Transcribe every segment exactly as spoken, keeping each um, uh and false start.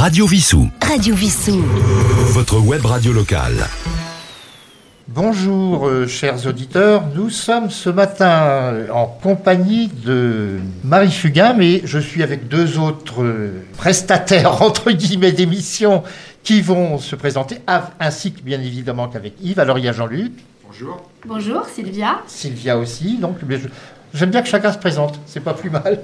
Radio Vissou. Radio Vissou. Votre web radio locale. Bonjour euh, chers auditeurs, nous sommes ce matin en compagnie de Marie Fugain, mais je suis avec deux autres euh, prestataires entre guillemets d'émissions qui vont se présenter, ainsi que bien évidemment qu'avec Yves. Alors il y a Jean-Luc. Bonjour. Bonjour, Sylvia. Sylvia aussi, donc je, j'aime bien que chacun se présente, c'est pas plus mal.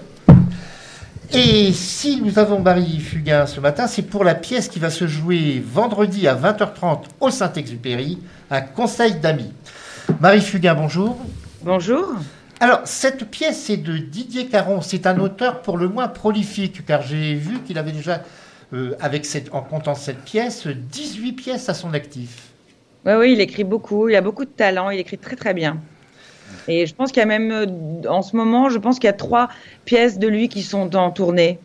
Et si nous avons Marie Fugain ce matin, c'est pour la pièce qui va se jouer vendredi à vingt heures trente au Saint-Exupéry, un conseil d'amis. Marie Fugain, bonjour. Bonjour. Alors, cette pièce est de Didier Caron. C'est un auteur pour le moins prolifique, car j'ai vu qu'il avait déjà, euh, avec cette, en comptant cette pièce, dix-huit pièces à son actif. Oui, oui, il écrit beaucoup, il a beaucoup de talent, il écrit très très bien. Et je pense qu'il y a même, euh, en ce moment, je pense qu'il y a trois pièces de lui qui sont en tournée.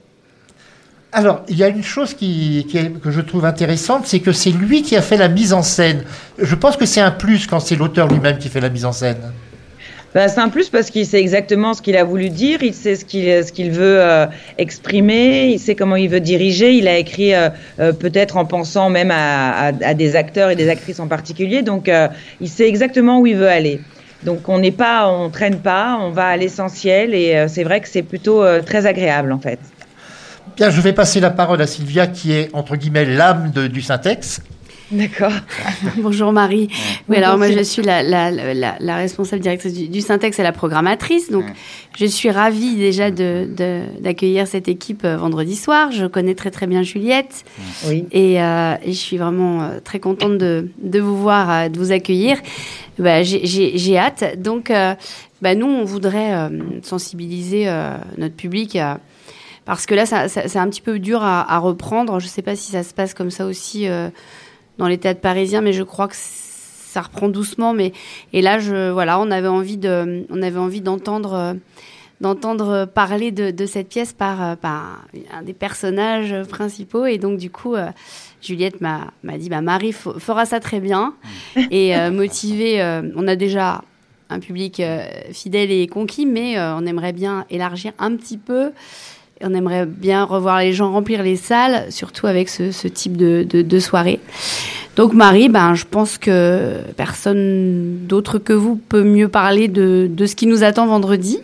Alors, il y a une chose qui, qui est, que je trouve intéressante, c'est que c'est lui qui a fait la mise en scène. Je pense que c'est un plus quand c'est l'auteur lui-même qui fait la mise en scène. Ben, c'est un plus parce qu'il sait exactement ce qu'il a voulu dire, il sait ce qu'il, ce qu'il veut euh, exprimer, il sait comment il veut diriger. Il a écrit euh, euh, peut-être en pensant même à, à, à des acteurs et des actrices en particulier, donc euh, il sait exactement où il veut aller. Donc on n'est pas, on traîne pas, on va à l'essentiel et euh, c'est vrai que c'est plutôt euh, très agréable en fait. Bien, je vais passer la parole à Sylvia qui est entre guillemets l'âme de, du Syntex. D'accord. Bonjour Marie. Oui, alors moi je suis la, la, la, la responsable directrice du, du Syntex et la programmatrice. Donc je suis ravie déjà de, de, d'accueillir cette équipe vendredi soir. Je connais très très bien Juliette. Oui. Et, euh, et je suis vraiment très contente de, de vous voir, de vous accueillir. Bah, j'ai, j'ai, j'ai hâte. Donc euh, bah, nous, on voudrait euh, sensibiliser euh, notre public. Euh, parce que là, ça, ça, c'est un petit peu dur à, à reprendre. Je ne sais pas si ça se passe comme ça aussi euh, dans les théâtres parisiens, mais je crois que ça reprend doucement. Mais et là, je voilà, on avait envie de, on avait envie d'entendre, euh, d'entendre parler de, de cette pièce par, euh, par un des personnages principaux. Et donc du coup, euh, Juliette m'a, m'a dit, bah Marie f- fera ça très bien et euh, motivée. Euh, on a déjà un public euh, fidèle et conquis, mais euh, on aimerait bien élargir un petit peu. On aimerait bien revoir les gens remplir les salles, surtout avec ce, ce type de, de, de soirée. Donc Marie, ben, je pense que personne d'autre que vous peut mieux parler de, de ce qui nous attend vendredi.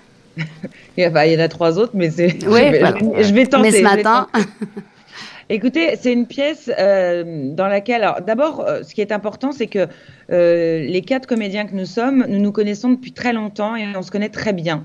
Il y en a trois autres, mais c'est... Ouais, je, vais, voilà. je, vais, je vais tenter. Mais ce matin... Écoutez, c'est une pièce euh, dans laquelle... Alors, d'abord, euh, ce qui est important, c'est que euh, les quatre comédiens que nous sommes, nous nous connaissons depuis très longtemps et on se connaît très bien.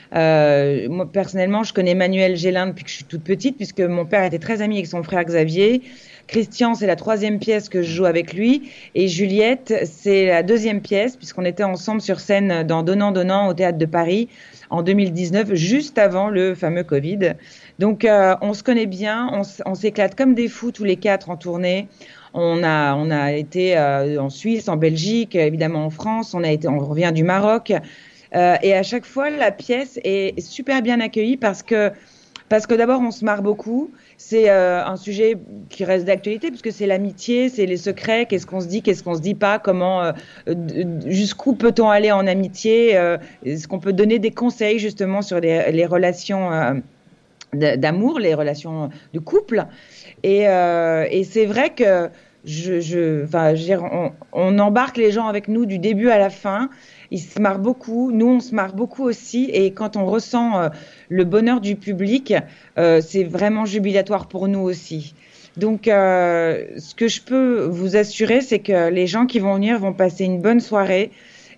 Euh, moi, personnellement, je connais Manuel Gélin depuis que je suis toute petite, puisque mon père était très ami avec son frère Xavier. Christian, c'est la troisième pièce que je joue avec lui. Et Juliette, c'est la deuxième pièce, puisqu'on était ensemble sur scène dans Donnant Donnant au Théâtre de Paris en deux mille dix-neuf, juste avant le fameux Covid. Donc, euh, on se connaît bien, on, on s'éclate comme des fous tous les quatre en tournée. On a, on a été euh, en Suisse, en Belgique, évidemment en France. On a été, on revient du Maroc. Euh, et à chaque fois, la pièce est super bien accueillie parce que, parce que d'abord, on se marre beaucoup. C'est euh, un sujet qui reste d'actualité puisque c'est l'amitié, c'est les secrets, qu'est-ce qu'on se dit, qu'est-ce qu'on se dit pas, comment, euh, jusqu'où peut-on aller en amitié, euh, est-ce qu'on peut donner des conseils justement sur les, les relations euh, d'amour, les relations de couple. Et, euh, et c'est vrai que je, je, enfin, je veux dire, on, on embarque les gens avec nous du début à la fin. Ils se marrent beaucoup, nous on se marre beaucoup aussi, et quand on ressent euh, le bonheur du public, euh, c'est vraiment jubilatoire pour nous aussi. Donc euh, ce que je peux vous assurer, c'est que les gens qui vont venir vont passer une bonne soirée,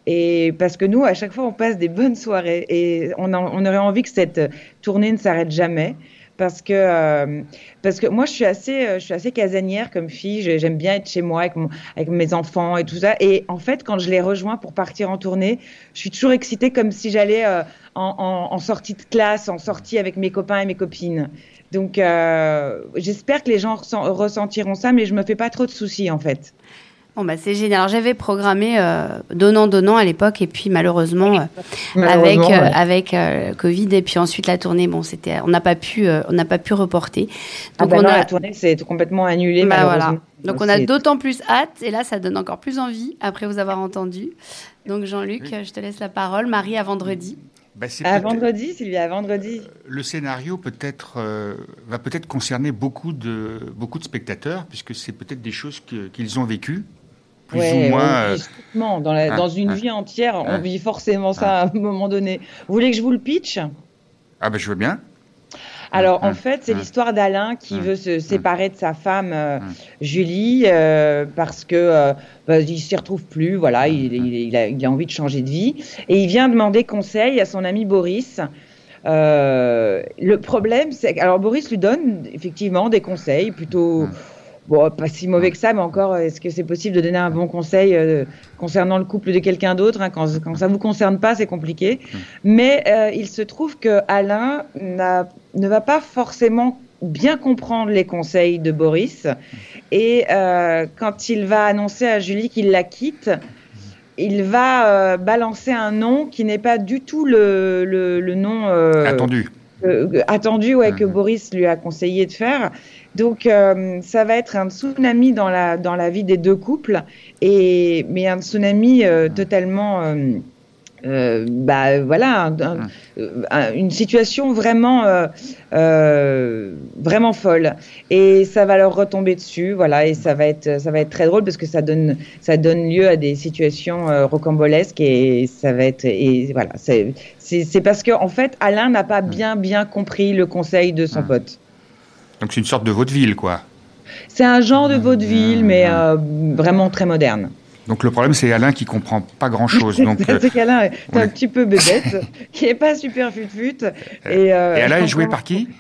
et parce que nous à chaque fois on passe des bonnes soirées, et on, a, on aurait envie que cette tournée ne s'arrête jamais. Parce que, euh, parce que moi, je suis assez, je suis assez casanière comme fille. J'aime bien être chez moi avec, mon, avec mes enfants et tout ça. Et en fait, quand je les rejoins pour partir en tournée, je suis toujours excitée comme si j'allais euh, en, en, en sortie de classe, en sortie avec mes copains et mes copines. Donc, euh, j'espère que les gens ressent, ressentiront ça, mais je me fais pas trop de soucis en fait. Bon bah c'est génial. Alors, j'avais programmé euh, Donnant Donnant à l'époque et puis malheureusement, euh, malheureusement avec euh, ouais. avec euh, Covid et puis ensuite la tournée, bon c'était, on n'a pas pu euh, on n'a pas pu reporter. Donc ah bah on non, a la tournée c'est complètement annulé bah malheureusement. Voilà. Donc on a d'autant plus hâte et là ça donne encore plus envie après vous avoir entendu. Donc Jean-Luc, oui. Je te laisse la parole. Marie à vendredi. Bah, c'est À peut-être- vendredi, Sylvia, à vendredi. Le scénario peut-être euh, va peut-être concerner beaucoup de beaucoup de spectateurs, puisque c'est peut-être des choses que- qu'ils ont vécues, plus Ouais, ou moins. on euh, vit justement, dans, la- hein, dans une hein, vie entière, on hein, vit forcément ça à un moment donné. Vous voulez que je vous le pitch? Ah ben je veux bien. Alors, Hum, en fait, c'est hum, l'histoire d'Alain qui hum, veut se séparer de sa femme euh, hum. Julie euh, parce que euh, bah, il s'y retrouve plus. Voilà, il, il- il a, il a envie de changer de vie et il vient demander conseil à son ami Boris. Euh, le problème, c'est que alors Boris lui donne effectivement des conseils plutôt. Hum. Bon, pas si mauvais que ça, mais encore, est-ce que c'est possible de donner un bon conseil euh, concernant le couple de quelqu'un d'autre, hein, quand, quand ça vous concerne pas, c'est compliqué. Mmh. Mais euh, il se trouve que Alain n'a, ne va pas forcément bien comprendre les conseils de Boris. Et euh, quand il va annoncer à Julie qu'il la quitte, il va euh, balancer un nom qui n'est pas du tout le, le, le nom euh, Attendu. euh, attendu, ouais, que Mhm. Boris lui a conseillé de faire. Donc, euh, ça va être un tsunami dans la, dans la vie des deux couples, et, mais un tsunami euh, totalement, euh, euh, bah, voilà, un- un- Mhm. euh, un- une situation vraiment, euh, euh, vraiment folle. Et ça va leur retomber dessus, voilà, et ça va être, ça va être très drôle parce que ça donne, ça donne lieu à des situations euh, rocambolesques, et ça va être, et voilà, c'est, c'est, c'est parce que en fait, Alain n'a pas bien, bien compris le conseil de son Mhm. pote. Donc c'est une sorte de vaudeville, quoi. C'est un genre de vaudeville, mais euh, vraiment très moderne. Donc le problème, c'est Alain qui comprend pas grand-chose. Donc, euh, C'est qu'Alain est on un est- petit peu bébête, qui est pas super fut-fut. Et, euh, et Alain est joué encore- par qui?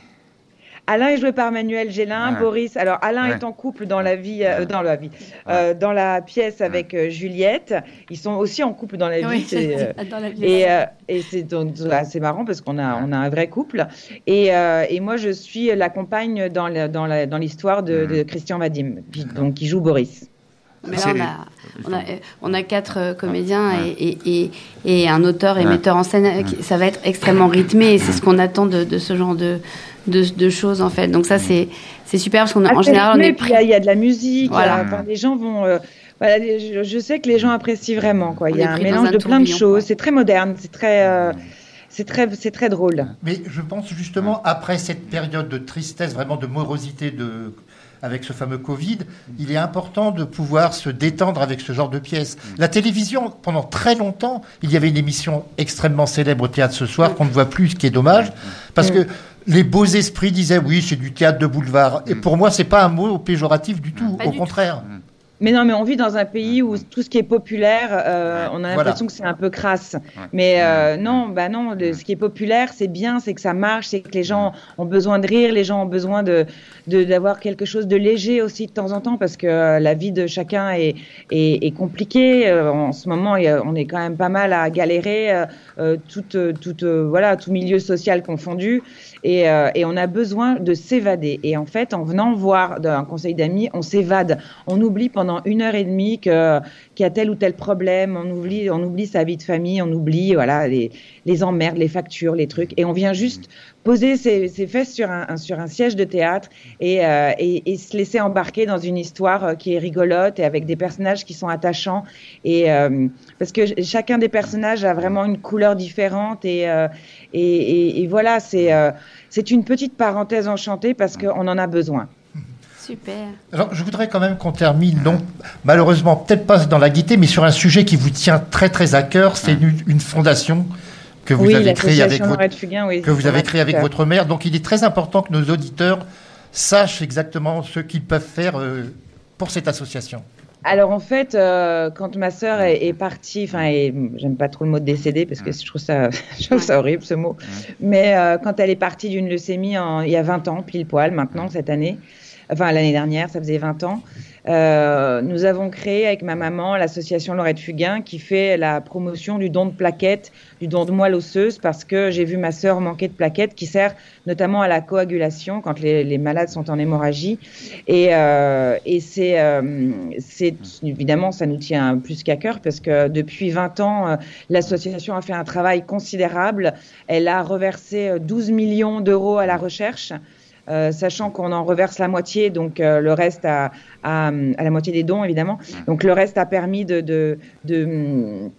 Alain est joué par Manuel Gélin, Ouais. Boris. Alors Alain Ouais. est en couple dans la vie, euh, Ouais. dans la vie, euh, dans la pièce avec euh, Juliette. Ils sont aussi en couple dans la vie. Oui, c'est, euh, dans la vie. Et, euh, et c'est donc assez marrant parce qu'on a, on a un vrai couple. Et, euh, et moi, je suis la compagne dans, le- dans, la- dans l'histoire de, de Christian Vadim, qui, donc, qui joue Boris. Mais là, C'est- on a, on a, on a quatre euh, comédiens Ouais. et, et, et, et un auteur et Ouais. metteur en scène. euh, qui- Ça va être extrêmement rythmé et c'est ce qu'on attend de, de ce genre de, de, de choses, en fait. Donc ça, c'est, c'est super parce qu'en en Assez général, on rythmé, est puis il y a- prêt. il y, a de la musique. Voilà. il y a- enfin, les gens vont. euh, voilà, les- je, je sais que les gens apprécient vraiment. Quoi. On Il y est a un pris dans mélange un de plein de tourbillon, choses. ouais. C'est très moderne. C'est très. euh, c'est très, c'est très drôle. Mais je pense justement, après cette période de tristesse, vraiment de morosité de, avec ce fameux Covid, il est important de pouvoir se détendre avec ce genre de pièces. La télévision, pendant très longtemps, il y avait une émission extrêmement célèbre au Théâtre ce soir qu'on ne voit plus, ce qui est dommage, parce que les beaux esprits disaient oui, c'est du théâtre de boulevard. Et pour moi, c'est pas un mot péjoratif du tout, Pas au du contraire. Mais non, mais on vit dans un pays où tout ce qui est populaire, euh, on a Voilà. l'impression que c'est un peu crasse. Mais euh, non, bah non, le- ce qui est populaire, c'est bien, c'est que ça marche, c'est que les gens ont besoin de rire, les gens ont besoin de de- d'avoir quelque chose de léger aussi de temps en temps, parce que euh, la vie de chacun est est, est compliquée. Euh, en ce moment, il y a- on est quand même pas mal à galérer, euh, euh, tout euh, tout euh, voilà, tout milieu social confondu. Et, euh, et on a besoin de s'évader. Et en fait, en venant voir un conseil d'amis, on s'évade. On oublie pendant une heure et demie que, qu'il y a tel ou tel problème. On oublie, on oublie sa vie de famille. On oublie voilà les, les emmerdes, les factures, les trucs. Et on vient juste poser ses, ses fesses sur un, un- sur un siège de théâtre et, euh, et, et se laisser embarquer dans une histoire euh, qui est rigolote et avec des personnages qui sont attachants. Et euh, parce que ch- chacun des personnages a vraiment une couleur différente. Et, euh, et, et, et voilà, c'est euh, c'est une petite parenthèse enchantée parce qu'on en a besoin. Super. Alors, je voudrais quand même qu'on termine, non, malheureusement, peut-être pas dans la gaieté, mais sur un sujet qui vous tient très très à cœur. C'est une, une fondation que vous oui, avez créée avec l'association votre, Laurette Fugain, oui, que vous ça avez m'a créée avec fait. votre mère. Donc, il est très important que nos auditeurs sachent exactement ce qu'ils peuvent faire euh, pour cette association. Alors en fait, euh, quand ma sœur est, est partie, enfin, et j'aime pas trop le mot décédée parce que je trouve ça, je trouve ça horrible ce mot. Mais euh, quand elle est partie d'une leucémie en, il y a vingt ans, pile poil maintenant cette année, enfin l'année dernière, ça faisait vingt ans. Euh, nous avons créé avec ma maman l'association Laurette Fugain qui fait la promotion du don de plaquettes, du don de moelle osseuse, parce que j'ai vu ma sœur manquer de plaquettes, qui sert notamment à la coagulation quand les, les malades sont en hémorragie. Et, euh, et c'est, euh, c'est évidemment, ça nous tient plus qu'à cœur parce que depuis vingt ans, euh, l'association a fait un travail considérable. Elle a reversé douze millions d'euros à la recherche. Euh, sachant qu'on en reverse la moitié, donc euh, le reste à, à, à la moitié des dons évidemment. Donc le reste a permis de, de, de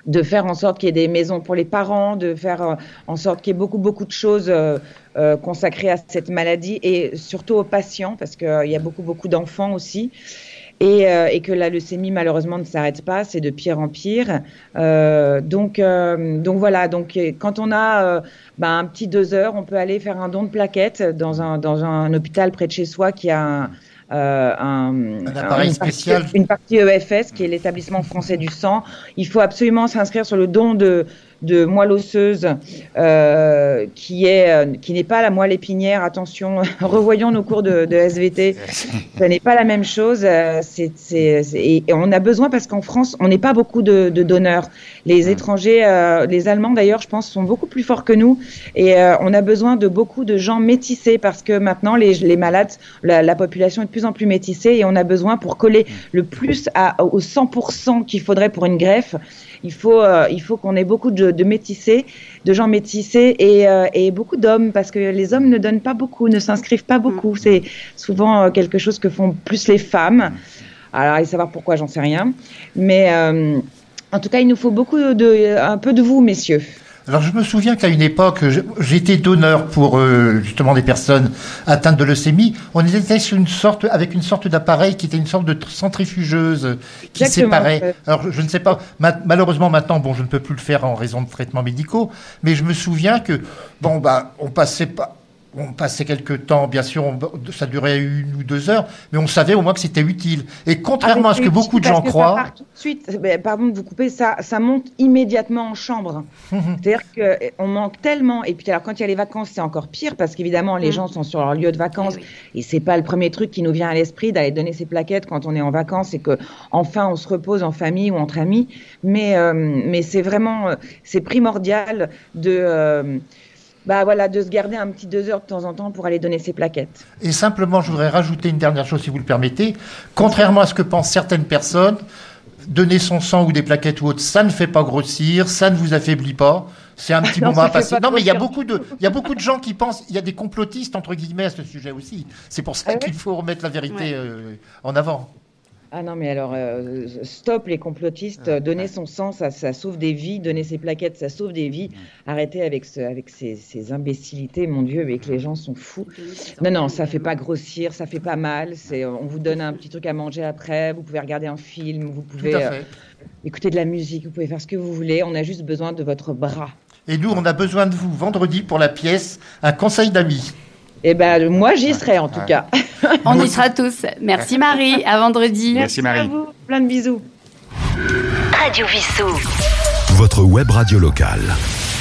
de faire en sorte qu'il y ait des maisons pour les parents, de faire euh, en sorte qu'il y ait beaucoup, beaucoup de choses euh, euh, consacrées à cette maladie et surtout aux patients, parce qu'il euh, y a beaucoup, beaucoup d'enfants aussi. Et, euh, et que la leucémie, malheureusement, ne s'arrête pas, c'est de pire en pire. Euh, donc, euh, donc voilà, donc, quand on a euh, bah, un petit deux heures, on peut aller faire un don de plaquettes dans un, dans un hôpital près de chez soi qui a un... Euh, un, un appareil un, spécial. Une partie, une partie E F S, qui est l'établissement français du sang. Il faut absolument s'inscrire sur le don de, de moelle osseuse, euh, qui est, euh, qui n'est pas la moelle épinière. Attention, revoyons nos cours de, de S V T. Ce n'est pas la même chose. Euh, c'est, c'est, c'est, et on a besoin, parce qu'en France, on n'est pas beaucoup de, de donneurs. Les étrangers, euh, les Allemands d'ailleurs, je pense, sont beaucoup plus forts que nous. Et euh, on a besoin de beaucoup de gens métissés, parce que maintenant, les, les malades, la, la population est de plus en plus métissée, et on a besoin, pour coller le plus à, au cent pour cent qu'il faudrait pour une greffe, il faut, euh, il faut qu'on ait beaucoup de, de métissés, de gens métissés, et, euh, et beaucoup d'hommes, parce que les hommes ne donnent pas beaucoup, ne s'inscrivent pas beaucoup. C'est souvent euh, quelque chose que font plus les femmes. Alors, allez savoir pourquoi, j'en sais rien. Mais euh, en tout cas, il nous faut beaucoup de, un peu de vous, messieurs. Alors, je me souviens qu'à une époque, j'étais donneur pour euh, justement des personnes atteintes de leucémie. On était sur une sorte, avec une sorte d'appareil qui était une sorte de centrifugeuse qui Exactement. séparait. Alors, je ne sais pas, ma- malheureusement maintenant, bon, je ne peux plus le faire en raison de traitements médicaux, mais je me souviens que, bon, bah, on passait pas. On passait quelques temps, bien sûr, on, ça durait une ou deux heures, mais on savait au moins que c'était utile. Et contrairement Ah, à ce que beaucoup de gens que croient... Ça part tout de suite, ben, pardon de vous couper, ça, ça monte immédiatement en chambre. Mmh. C'est-à-dire qu'on manque tellement. Et puis alors, quand il y a les vacances, c'est encore pire, parce qu'évidemment, les mmh. gens sont sur leur lieu de vacances. Eh oui. Et c'est pas le premier truc qui nous vient à l'esprit d'aller donner ses plaquettes quand on est en vacances et que enfin on se repose en famille ou entre amis. Mais, euh, mais c'est vraiment, euh, c'est primordial de... Euh, Bah voilà, de se garder un petit deux heures de temps en temps pour aller donner ses plaquettes. Et simplement, je voudrais rajouter une dernière chose, si vous le permettez. Contrairement à ce que pensent certaines personnes, donner son sang ou des plaquettes ou autre, ça ne fait pas grossir, ça ne vous affaiblit pas. C'est un petit Non, moment ça à fait passer. pas Non, mais il y a grossir. beaucoup de, il y a beaucoup de gens qui pensent, il y a des complotistes entre guillemets à ce sujet aussi. C'est pour ça Ah ouais qu'il faut remettre la vérité Ouais. euh, en avant. Ah non, mais alors, euh, stop les complotistes. Ouais, donner ouais. son sang, ça, ça sauve des vies. Donner ses plaquettes, ça sauve des vies. Arrêtez avec, ce, avec ces, ces imbécilités, mon Dieu, mais que les gens sont fous. Non, non, ça fait pas grossir, ça fait pas mal. C'est, on vous donne un petit truc à manger après. Vous pouvez regarder un film, vous Tout pouvez à euh, fait. écouter de la musique, vous pouvez faire ce que vous voulez. On a juste besoin de votre bras. Et nous, on a besoin de vous vendredi pour la pièce Un conseil d'amis. Eh ben, moi, j'y serai en tout Ouais. cas. On y sera tous. Merci Marie, à vendredi. Merci Marie. à vous. Plein de bisous. Radio Vissou. Votre web radio locale.